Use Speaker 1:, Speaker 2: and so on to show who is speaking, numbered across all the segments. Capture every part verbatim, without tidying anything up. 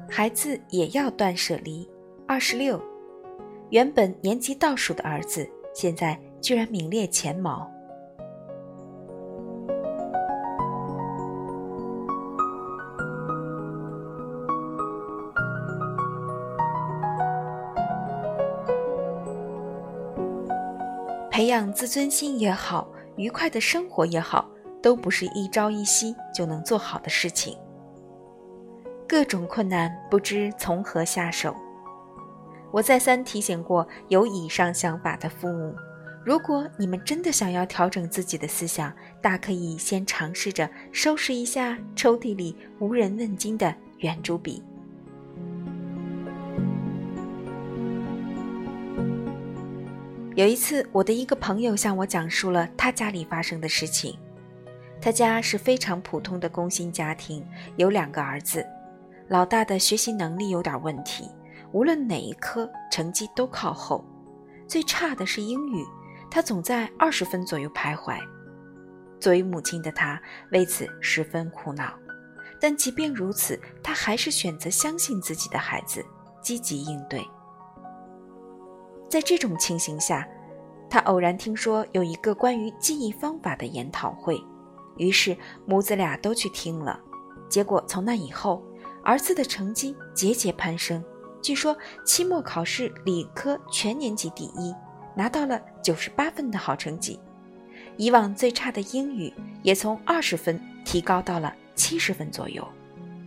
Speaker 1: 孩子也要断舍离。二十六，原本年级倒数的儿子，现在居然名列前茅。培养自尊心也好，愉快的生活也好，都不是一朝一夕就能做好的事情。各种困难不知从何下手。我再三提醒过有以上想法的父母，如果你们真的想要调整自己的思想，大可以先尝试着收拾一下抽屉里无人问津的圆珠笔。有一次，我的一个朋友向我讲述了他家里发生的事情。他家是非常普通的工薪家庭，有两个儿子，老大的学习能力有点问题，无论哪一科成绩都靠后，最差的是英语，他总在二十分左右徘徊。作为母亲的他为此十分苦恼，但即便如此，他还是选择相信自己的孩子，积极应对。在这种情形下，他偶然听说有一个关于记忆方法的研讨会，于是母子俩都去听了。结果从那以后，儿子的成绩节节攀升，据说期末考试理科全年级第一，拿到了九十八分的好成绩。以往最差的英语也从二十分提高到了七十分左右。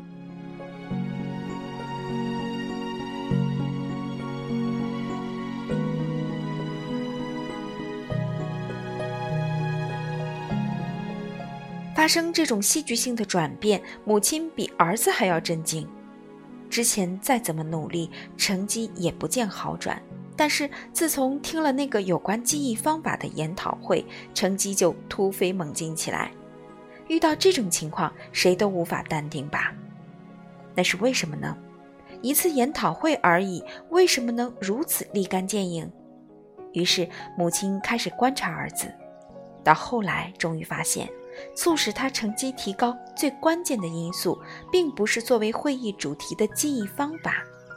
Speaker 1: 发生这种戏剧性的转变，母亲比儿子还要震惊。之前再怎么努力，成绩也不见好转，但是自从听了那个有关记忆方法的研讨会，成绩就突飞猛进起来。遇到这种情况，谁都无法淡定吧？那是为什么呢？一次研讨会而已，为什么能如此立竿见影？于是母亲开始观察儿子，到后来终于发现，促使他成绩提高最关键的因素，并不是作为会议主题的记忆方法。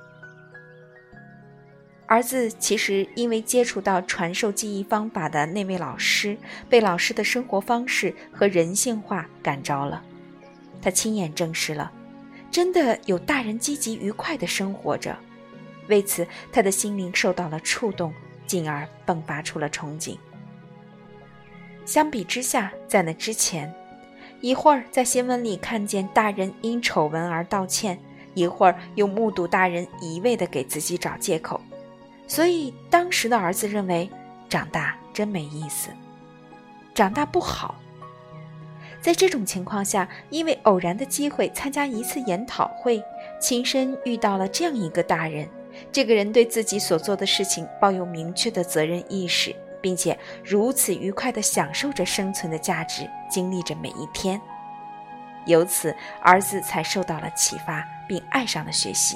Speaker 1: 儿子其实因为接触到传授记忆方法的那位老师，被老师的生活方式和人性化感召了。他亲眼证实了，真的有大人积极愉快地生活着。为此，他的心灵受到了触动，进而迸发出了憧憬。相比之下，在那之前，一会儿在新闻里看见大人因丑闻而道歉，一会儿又目睹大人一味地给自己找借口。所以当时的儿子认为，长大真没意思，长大不好。在这种情况下，因为偶然的机会参加一次研讨会，亲身遇到了这样一个大人。这个人对自己所做的事情抱有明确的责任意识，并且如此愉快地享受着生存的价值，经历着每一天。由此，儿子才受到了启发，并爱上了学习。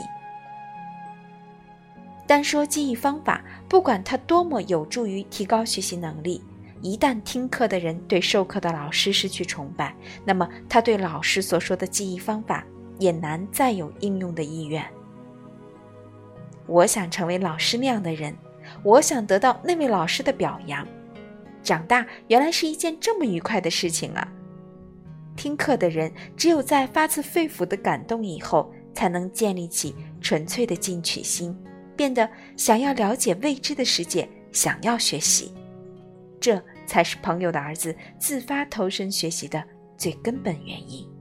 Speaker 1: 单说记忆方法，不管它多么有助于提高学习能力，一旦听课的人对授课的老师失去崇拜，那么他对老师所说的记忆方法也难再有应用的意愿。我想成为老师那样的人，我想得到那位老师的表扬。长大原来是一件这么愉快的事情啊！听课的人只有在发自肺腑的感动以后，才能建立起纯粹的进取心，变得想要了解未知的世界，想要学习。这才是朋友的儿子自发投身学习的最根本原因。